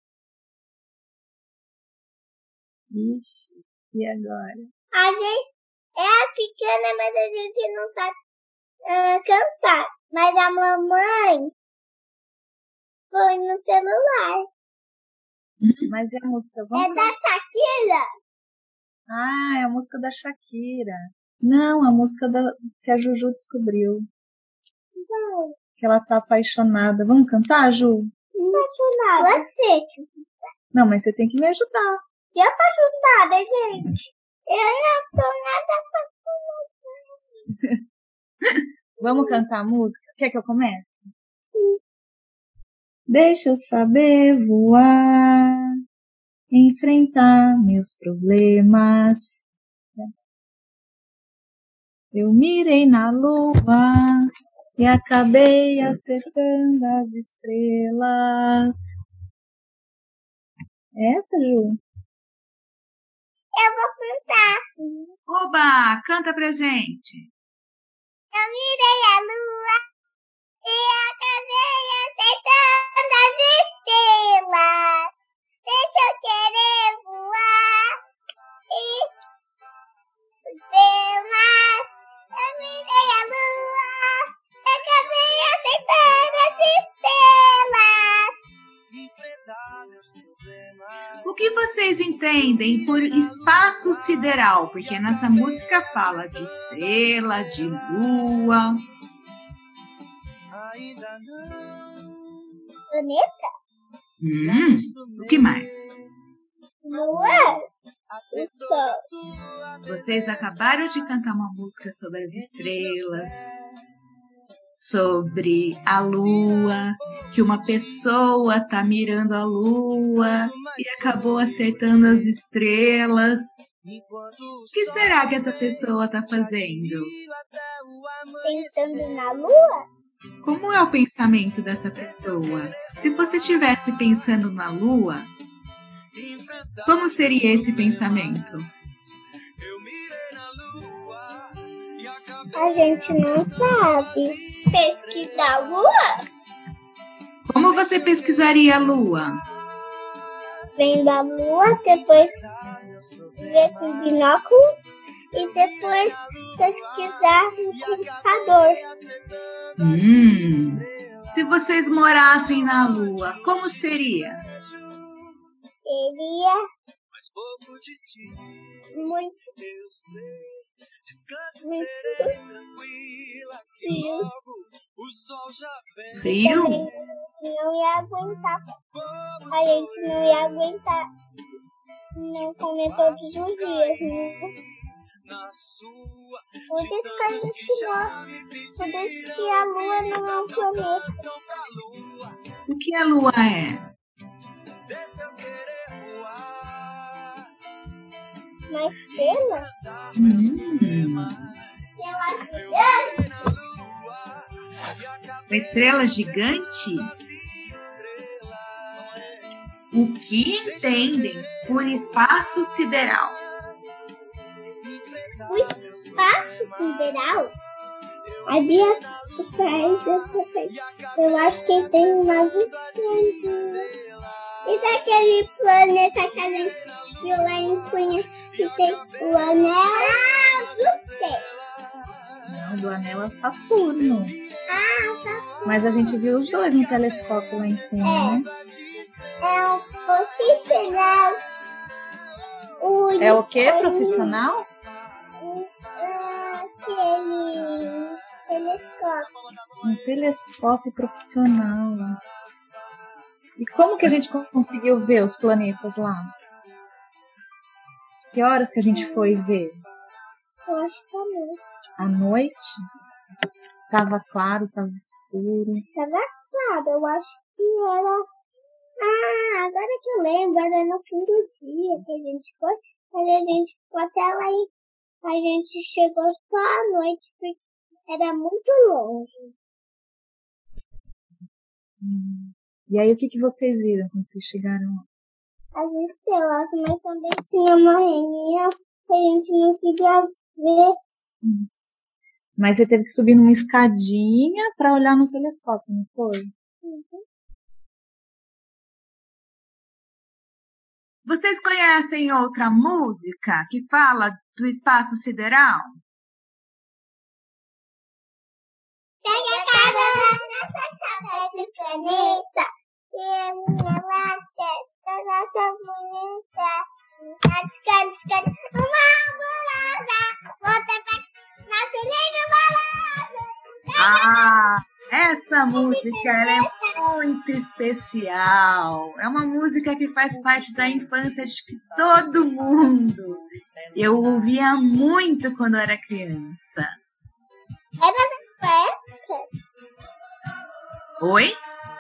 Speaker 8: Ixi, e agora?
Speaker 9: A gente é pequena, mas a gente não sabe uh, cantar. Mas a mamãe foi no celular.
Speaker 10: Mas é a música,
Speaker 9: É
Speaker 10: vamos
Speaker 9: da Shakira.
Speaker 10: Ah, é a música da Shakira. Não, a música da, que a Juju descobriu.
Speaker 9: Não.
Speaker 10: Que ela tá apaixonada. Vamos cantar, Ju?
Speaker 9: Apaixonada. Você.
Speaker 10: Não, mas você tem que me ajudar.
Speaker 9: E apaixonada, gente? Eu não sou nada apaixonada.
Speaker 10: Vamos cantar a música? Quer que eu comece? Sim. Deixa eu saber voar, enfrentar meus problemas. Eu mirei na lua e acabei acertando as estrelas. Essa, Ju?
Speaker 9: Eu vou cantar.
Speaker 8: Oba, canta pra gente.
Speaker 9: Eu mirei a lua e acabei acertando as estrelas. Deixa eu querer voar e ver mais. Eu mirei a lua e acabei acertando as estrelas.
Speaker 8: O que vocês entendem por espaço sideral? Porque nessa música fala de estrela, de lua.
Speaker 9: Planeta?
Speaker 8: Hum, o que mais?
Speaker 9: Lua? O sol.
Speaker 8: Vocês acabaram de cantar uma música sobre as estrelas, sobre a lua, que uma pessoa tá mirando a lua e acabou acertando as estrelas. O que será que essa pessoa tá fazendo?
Speaker 9: Pensando na lua?
Speaker 8: Como é o pensamento dessa pessoa? Se você estivesse pensando na lua, como seria esse pensamento?
Speaker 9: A gente não sabe. Pesquisar a lua?
Speaker 8: Como você pesquisaria a lua?
Speaker 9: Vendo a lua, depois ver com binóculo e depois pesquisar no computador.
Speaker 8: Hum, se vocês morassem na lua, como seria?
Speaker 9: Seria muito, muito frio.
Speaker 8: Frio?
Speaker 9: Também não ia aguentar. A gente não ia aguentar não comer todos os dias, né? Por isso que a gente morre. Por isso que a lua não é um planeta.
Speaker 8: O que a lua é?
Speaker 9: Uma estrela?
Speaker 8: Hum. Uma estrela gigante? O que entendem por espaço sideral?
Speaker 9: O espaço sideral? A Bia faz essa coisa. Eu acho que tem umas estrelas. E daquele planeta que a gente viu lá em Cunha, que tem o anel do céu.
Speaker 10: Não, do anel é Saturno.
Speaker 9: Ah, Saturno.
Speaker 10: Mas a gente viu os dois no telescópio lá em Cunha,
Speaker 9: É.
Speaker 10: né?
Speaker 9: É o profissional. O
Speaker 10: É o que, profissional?
Speaker 9: Aquele telescópio.
Speaker 10: Um telescópio profissional. E como que a gente conseguiu ver os planetas lá? Que horas que a gente foi ver?
Speaker 9: Eu acho que à noite.
Speaker 10: À noite? Tava claro, tava escuro.
Speaker 9: Tava claro, eu acho que era... Ah, agora que eu lembro, era no fim do dia que a gente foi. Mas a gente ficou até lá e a gente chegou só à noite, porque era muito longe.
Speaker 10: Hum. E aí, o que, que vocês viram quando vocês chegaram lá?
Speaker 9: As estrelas, mas também tinha uma reunião que a gente não queria ver.
Speaker 10: Hum. Mas você teve que subir numa escadinha para olhar no telescópio, não foi?
Speaker 9: Uhum.
Speaker 8: Vocês conhecem outra música que fala do espaço sideral?
Speaker 9: Pega carona nessa cara de planeta. E a minha lata, a nossa bonita. Casca, casca, uma ambulância. Volta pra nosso lindo balanço.
Speaker 8: Ah, essa música ela é muito especial. É uma música que faz parte da infância de todo mundo. Eu ouvia muito quando era criança.
Speaker 9: Era da sua época?
Speaker 8: Oi?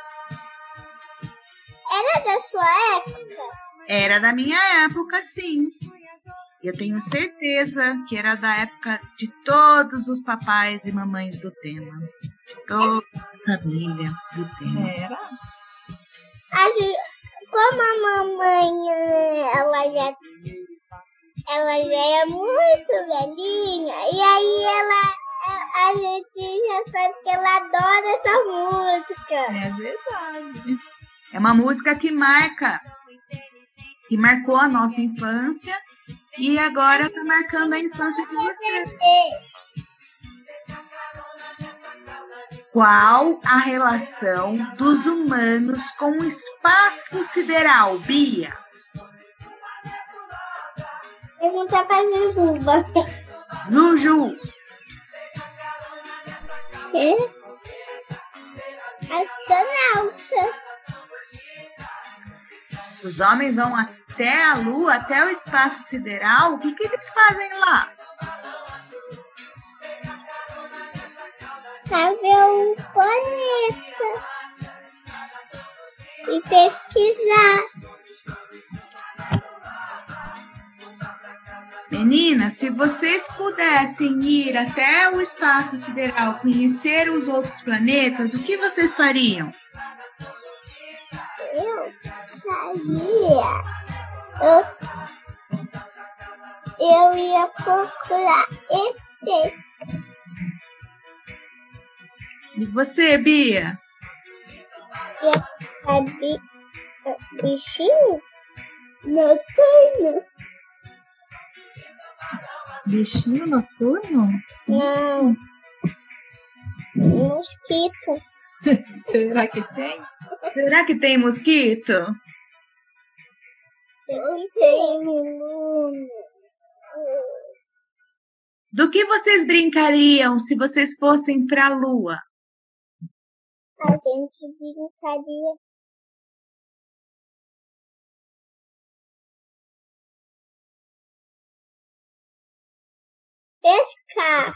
Speaker 9: Era da sua época?
Speaker 8: Era da minha época, sim. Eu tenho certeza que era da época de todos os papais e mamães do tema. De toda a família do tema.
Speaker 10: Era?
Speaker 9: A Ju, como a mamãe, ela já, ela já é muito velhinha, e aí ela, a, a gente já sabe que ela adora essa música.
Speaker 8: É verdade. É uma música que marca, que marcou a nossa infância e agora está marcando a infância de vocês. Qual a relação dos humanos com o espaço sideral, Bia?
Speaker 9: Pergunta pra Jujuba.
Speaker 8: Juju.
Speaker 9: É? Astronauta.
Speaker 8: Os homens vão até a Lua, até o espaço sideral. O que, que eles fazem lá?
Speaker 9: Pra ver o planeta. E pesquisar.
Speaker 8: Meninas, se vocês pudessem ir até o espaço sideral, conhecer os outros planetas, o que vocês fariam?
Speaker 9: Eu fazia. Eu, eu ia procurar E T.
Speaker 8: E você, Bia?
Speaker 9: Ia procurar bi, bichinho noturno.
Speaker 10: Bichinho noturno?
Speaker 9: Não. Mosquito.
Speaker 10: Será que tem?
Speaker 8: Será que tem mosquito?
Speaker 9: Eu tenho.
Speaker 8: Do que vocês brincariam se vocês fossem para a Lua?
Speaker 9: A gente brincaria. Pescar.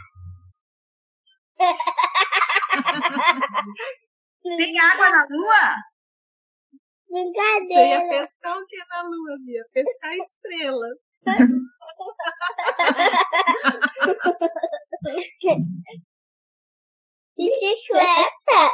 Speaker 8: Tem água na Lua?
Speaker 9: Brincadeira.
Speaker 10: Você ia pescar o que na Lua, Bia? Pescar estrelas.
Speaker 9: Bicicleta.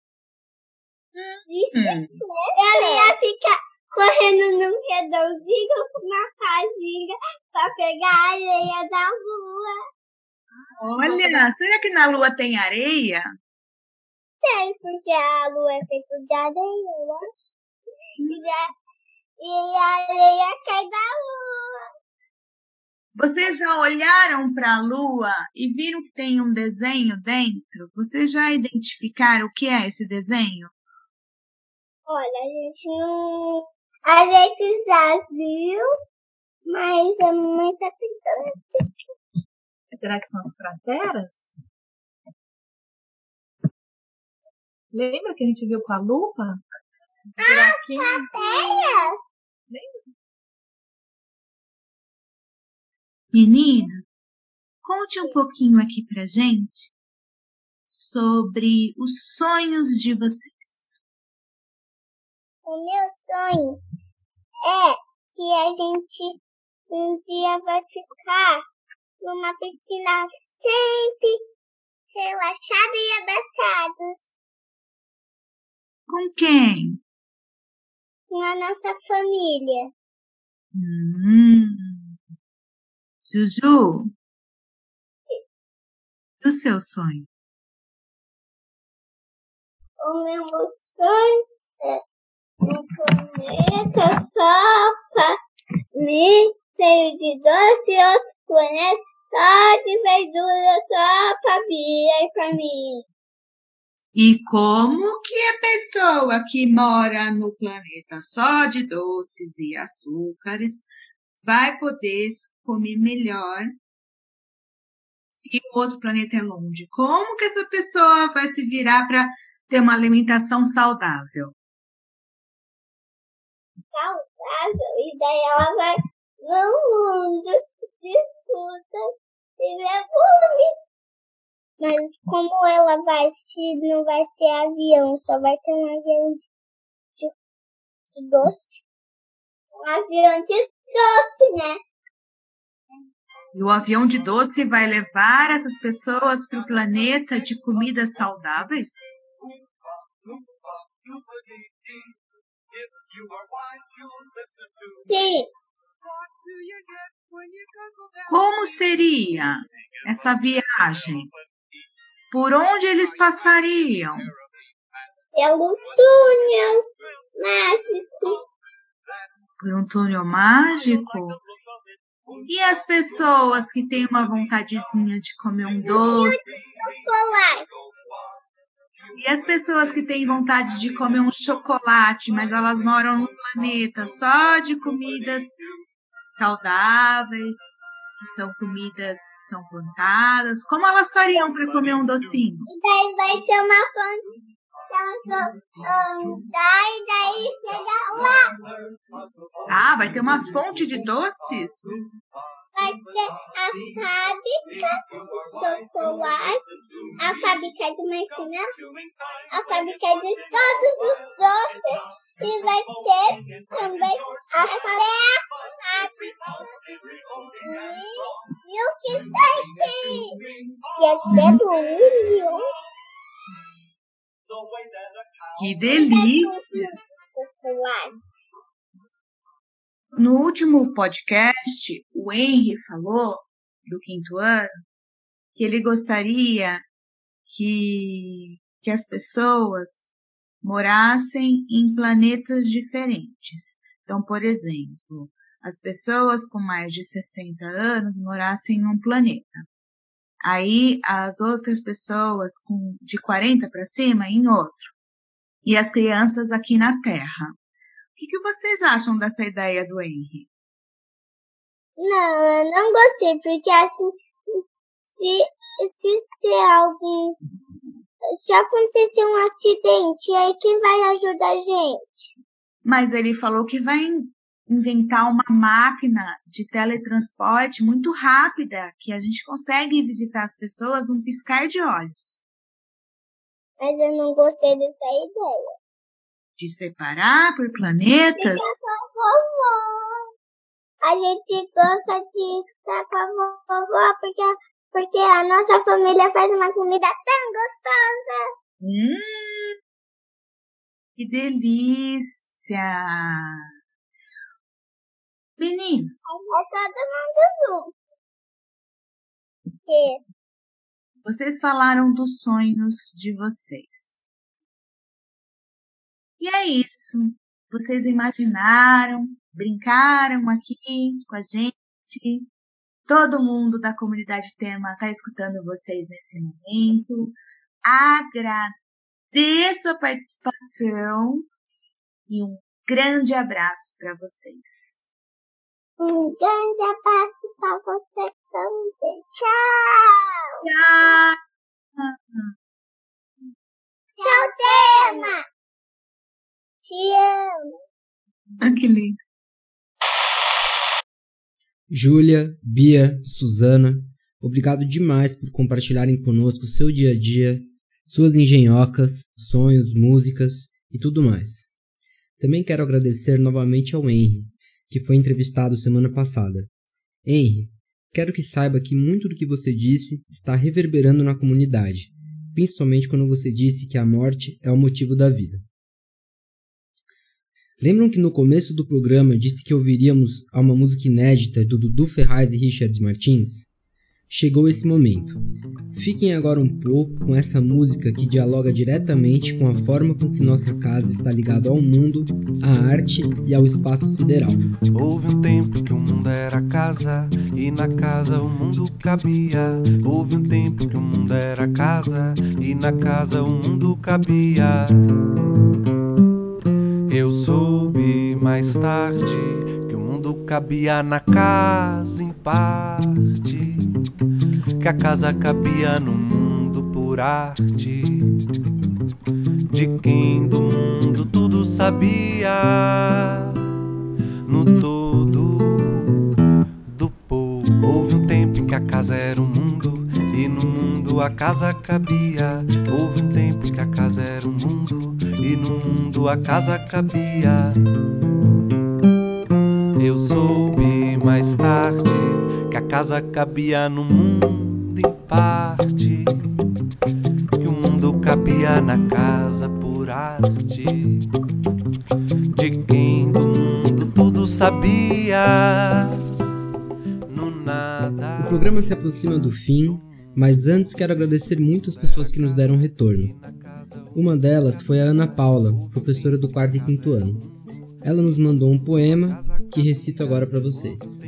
Speaker 9: Bicicleta. Ela ia ficar correndo num redondinho com uma casinha pra pegar a areia da Lua.
Speaker 8: Olha, será que na Lua tem areia?
Speaker 9: Tem, porque a Lua é feita de areia, eu acho. E a, e a areia cai da Lua.
Speaker 8: Vocês já olharam para a Lua e viram que tem um desenho dentro? Vocês já identificaram o que é esse desenho?
Speaker 9: Olha, a gente não... A gente já viu, mas a mamãe tá tentando.
Speaker 10: Será que são as crateras? Lembra que a gente viu com a lupa?
Speaker 9: Ah, que... crateras!
Speaker 8: Menina, conte um pouquinho aqui pra gente sobre os sonhos de vocês.
Speaker 9: O meu sonho é que a gente um dia vai ficar numa piscina sempre relaxada e abraçados.
Speaker 8: Com quem?
Speaker 9: Com a nossa família.
Speaker 8: Hum. Juju, e o seu sonho?
Speaker 9: O meu sonho é um planeta sopa, cheio de doce e outro planeta só de verdura só pra Bia e pra mim.
Speaker 8: E como que a pessoa que mora no planeta só de doces e açúcares vai poder comer melhor se o outro planeta é longe? Como que essa pessoa vai se virar para ter uma alimentação saudável?
Speaker 9: Saudável, e daí ela vai no mundo de frutas e legumes. Mas como ela vai se não vai ter avião, só vai ter um avião de, de, de doce. Um avião de doce, né?
Speaker 8: E o avião de doce vai levar essas pessoas para o planeta de comidas saudáveis?
Speaker 9: Sim.
Speaker 8: Como seria essa viagem? Por onde eles passariam?
Speaker 9: Pelo túnel mágico.
Speaker 8: Por um túnel mágico? E as pessoas que têm uma vontadezinha de comer um doce?
Speaker 9: Chocolate.
Speaker 8: E as pessoas que têm vontade de comer um chocolate, mas elas moram num planeta só de comidas saudáveis, que são comidas que são plantadas, como elas fariam para comer um docinho?
Speaker 9: E daí vai ter uma fonte. Um, daí, daí chega lá.
Speaker 8: Ah, vai ter uma fonte de doces?
Speaker 9: Vai ter a fábrica do chocolate, a fábrica de marshmallow, a fábrica de todos os doces e vai ter também até a fábrica de milkshake. E até do William.
Speaker 8: Que delícia! No último podcast, o Henry falou, do quinto ano, que ele gostaria que, que as pessoas morassem em planetas diferentes. Então, por exemplo, as pessoas com mais de sessenta anos morassem em um planeta. Aí, as outras pessoas com, de quarenta para cima em outro. E as crianças aqui na Terra. O que, que vocês acham dessa ideia do Henry?
Speaker 9: Não, eu não gostei, porque assim, se, se ter algum, se acontecer um acidente, aí quem vai ajudar a gente?
Speaker 8: Mas ele falou que vai inventar uma máquina de teletransporte muito rápida, que a gente consegue visitar as pessoas num piscar de olhos.
Speaker 9: Mas eu não gostei dessa ideia.
Speaker 8: De separar por planetas?
Speaker 9: Fica com a vovó. A gente gosta de estar com a vovó porque, porque a nossa família faz uma comida tão gostosa.
Speaker 8: Hum, que delícia! Meninos.
Speaker 9: É todo mundo junto. Que?
Speaker 8: Vocês falaram dos sonhos de vocês. E é isso. Vocês imaginaram, brincaram aqui com a gente. Todo mundo da comunidade Tema está escutando vocês nesse momento. Agradeço a participação e um grande abraço para vocês.
Speaker 9: Um grande abraço para você também. Tchau!
Speaker 8: Tchau!
Speaker 9: Tchau, Tema! Te amo!
Speaker 8: Ah, que lindo!
Speaker 3: Júlia, Bia, Suzana, obrigado demais por compartilharem conosco seu dia a dia, suas engenhocas, sonhos, músicas e tudo mais. Também quero agradecer novamente ao Henry, que foi entrevistado semana passada. Henry, quero que saiba que muito do que você disse está reverberando na comunidade, principalmente quando você disse que a morte é o motivo da vida. Lembram que no começo do programa disse que ouviríamos a uma música inédita do Dudu Ferraz e Richard Martins? Chegou esse momento. Fiquem agora um pouco com essa música que dialoga diretamente com a forma com que nossa casa está ligada ao mundo, à arte e ao espaço sideral.
Speaker 11: Houve um tempo que o mundo era casa e na casa o mundo cabia. Houve um tempo que o mundo era casa e na casa o mundo cabia. Eu soube mais tarde que o mundo cabia na casa em parte, que a casa cabia no mundo por arte, de quem do mundo tudo sabia, no todo do pouco. Houve um tempo em que a casa era o mundo e no mundo a casa cabia. Houve um tempo em que a casa era o mundo e no mundo a casa cabia. Eu soube mais tarde que a casa cabia no mundo em parte, que o mundo cabia na casa por arte, de quem cabia no nada.
Speaker 3: O programa se aproxima do fim, mas antes quero agradecer muito as pessoas que nos deram retorno. Uma delas foi a Ana Paula, professora do quarto e quinto ano. Ela nos mandou um poema que recito agora para vocês.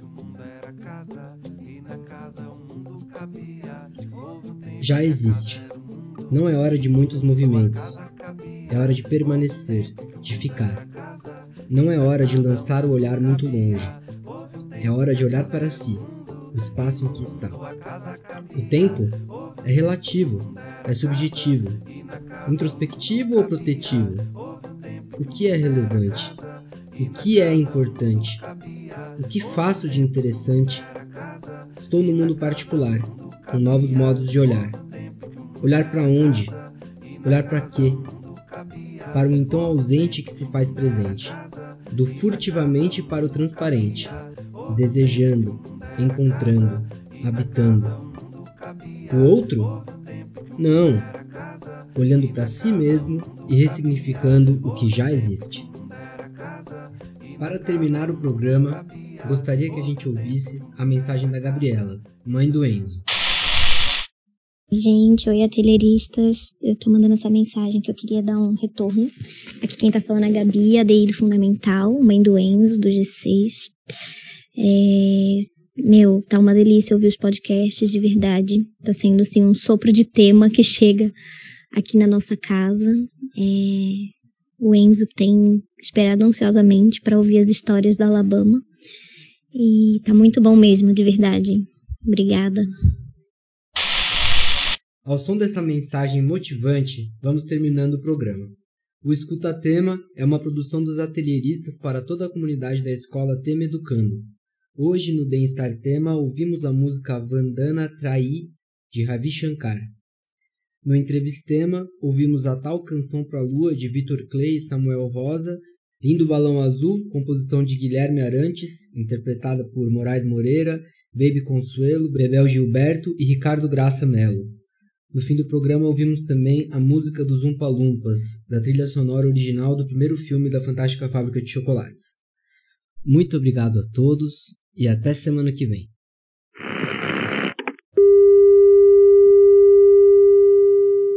Speaker 3: Já existe. Não é hora de muitos movimentos. É hora de permanecer, de ficar. Não é hora de lançar o olhar muito longe. É hora de olhar para si, o espaço em que está. O tempo é relativo, é subjetivo, introspectivo ou protetivo. O que é relevante? O que é importante? O que faço de interessante? Estou no mundo particular, com novos modos de olhar. Olhar para onde? Olhar para quê? Para o então ausente que se faz presente. Do furtivamente para o transparente. Desejando, encontrando, habitando. O outro? Não. Olhando para si mesmo e ressignificando o que já existe. Para terminar o programa, gostaria que a gente ouvisse a mensagem da Gabriela, mãe do Enzo.
Speaker 12: Gente, oi atelieristas, eu tô mandando essa mensagem que eu queria dar um retorno. Aqui quem tá falando é a Gabi, a D I do Fundamental, mãe do Enzo, do G seis. É... Meu, tá uma delícia ouvir os podcasts, de verdade. Tá sendo, assim, um sopro de tema que chega aqui na nossa casa. É... O Enzo tem esperado ansiosamente para ouvir as histórias da Alabama. E tá muito bom mesmo, de verdade. Obrigada.
Speaker 3: Ao som dessa mensagem motivante, vamos terminando o programa. O Escuta Tema é uma produção dos atelieristas para toda a comunidade da escola Tema Educando. Hoje, no Bem-Estar Tema, ouvimos a música Vandana Trai, de Ravi Shankar. No Entrevistema, ouvimos a Tal Canção pra Lua, de Vitor Clay e Samuel Rosa, Lindo Balão Azul, composição de Guilherme Arantes, interpretada por Moraes Moreira, Baby Consuelo, Bebel Gilberto e Ricardo Graça Mello. No fim do programa ouvimos também a música dos Umpa Lumpas, da trilha sonora original do primeiro filme da Fantástica Fábrica de Chocolates. Muito obrigado a todos e até semana que vem.